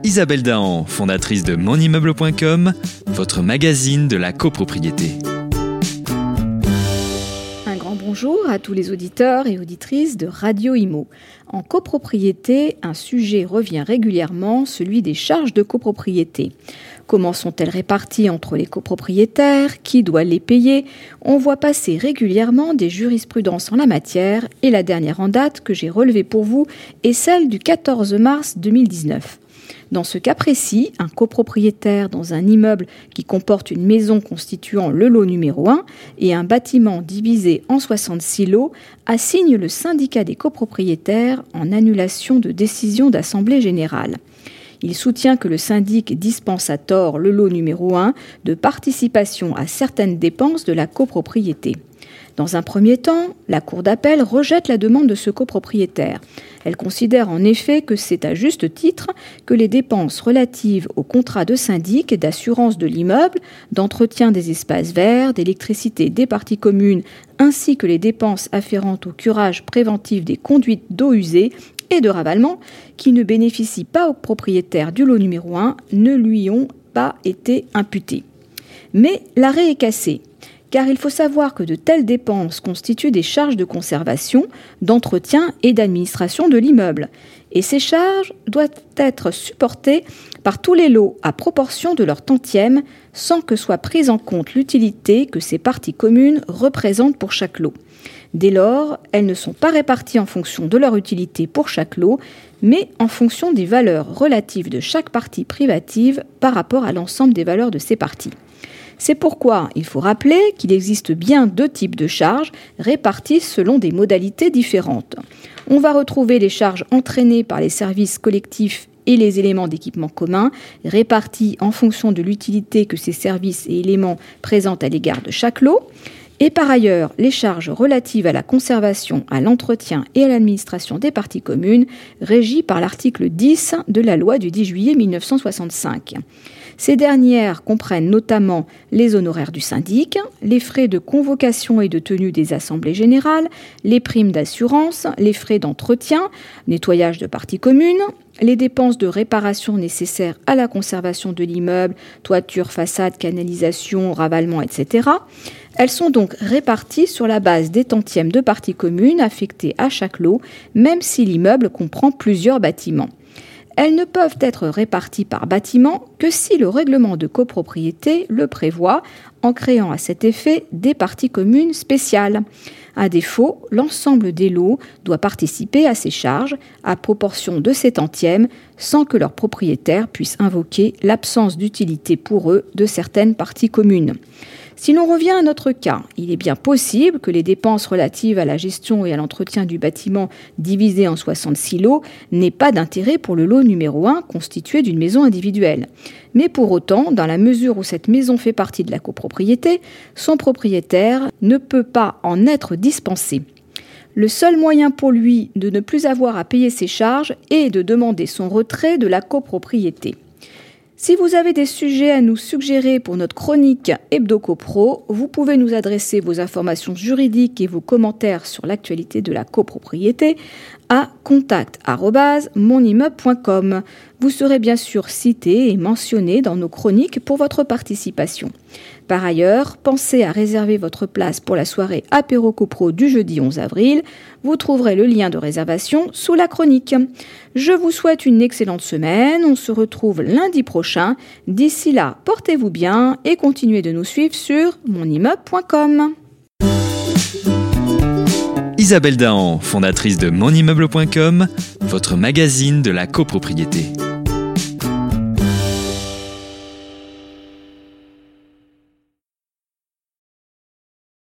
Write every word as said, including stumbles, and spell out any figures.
Isabelle Dahan, fondatrice de mon immeuble point com, votre magazine de la copropriété. Un grand bonjour à tous les auditeurs et auditrices de Radio Imo. En copropriété, un sujet revient régulièrement, celui des charges de copropriété. Comment sont-elles réparties entre les copropriétaires? Qui doit les payer? On voit passer régulièrement des jurisprudences en la matière et la dernière en date que j'ai relevée pour vous est celle du quatorze mars deux mille dix-neuf. Dans ce cas précis, un copropriétaire dans un immeuble qui comporte une maison constituant le lot numéro un et un bâtiment divisé en soixante-six lots assigne le syndicat des copropriétaires en annulation de décision d'assemblée générale. Il soutient que le syndic dispense à tort le lot numéro un de participation à certaines dépenses de la copropriété. Dans un premier temps, la Cour d'appel rejette la demande de ce copropriétaire. Elle considère en effet que c'est à juste titre que les dépenses relatives au contrat de syndic, d'assurance de l'immeuble, d'entretien des espaces verts, d'électricité des parties communes, ainsi que les dépenses afférentes au curage préventif des conduites d'eau usée et de ravalement, qui ne bénéficient pas au propriétaire du lot numéro un, ne lui ont pas été imputées. Mais l'arrêt est cassé. Car il faut savoir que de telles dépenses constituent des charges de conservation, d'entretien et d'administration de l'immeuble. Et ces charges doivent être supportées par tous les lots à proportion de leur tantième, sans que soit prise en compte l'utilité que ces parties communes représentent pour chaque lot. Dès lors, elles ne sont pas réparties en fonction de leur utilité pour chaque lot, mais en fonction des valeurs relatives de chaque partie privative par rapport à l'ensemble des valeurs de ces parties. C'est pourquoi il faut rappeler qu'il existe bien deux types de charges réparties selon des modalités différentes. On va retrouver les charges entraînées par les services collectifs et les éléments d'équipement commun, répartis en fonction de l'utilité que ces services et éléments présentent à l'égard de chaque lot. Et par ailleurs, les charges relatives à la conservation, à l'entretien et à l'administration des parties communes, régies par l'article dix de la loi du dix juillet mille neuf cent soixante-cinq. Ces dernières comprennent notamment les honoraires du syndic, les frais de convocation et de tenue des assemblées générales, les primes d'assurance, les frais d'entretien, nettoyage de parties communes, les dépenses de réparation nécessaires à la conservation de l'immeuble, toiture, façade, canalisation, ravalement, et cetera. Elles sont donc réparties sur la base des tantièmes de parties communes affectées à chaque lot, même si l'immeuble comprend plusieurs bâtiments. Elles ne peuvent être réparties par bâtiment que si le règlement de copropriété le prévoit, en créant à cet effet des parties communes spéciales. À défaut, l'ensemble des lots doit participer à ces charges à proportion de ces tantièmes sans que leur propriétaire puisse invoquer l'absence d'utilité pour eux de certaines parties communes. Si l'on revient à notre cas, il est bien possible que les dépenses relatives à la gestion et à l'entretien du bâtiment divisé en soixante-six lots n'aient pas d'intérêt pour le lot numéro un constitué d'une maison individuelle. Mais pour autant, dans la mesure où cette maison fait partie de la copropriété, son propriétaire ne peut pas en être dispensé. Le seul moyen pour lui de ne plus avoir à payer ses charges est de demander son retrait de la copropriété. Si vous avez des sujets à nous suggérer pour notre chronique HebdoCopro, vous pouvez nous adresser vos informations juridiques et vos commentaires sur l'actualité de la copropriété à contact arobase mon immeuble point com. Vous serez bien sûr cité et mentionné dans nos chroniques pour votre participation. Par ailleurs, pensez à réserver votre place pour la soirée Apéro Copro du jeudi onze avril. Vous trouverez le lien de réservation sous la chronique. Je vous souhaite une excellente semaine. On se retrouve lundi prochain. D'ici là, portez-vous bien et continuez de nous suivre sur mon immeuble point com. Isabelle Dahan, fondatrice de mon immeuble point com, votre magazine de la copropriété.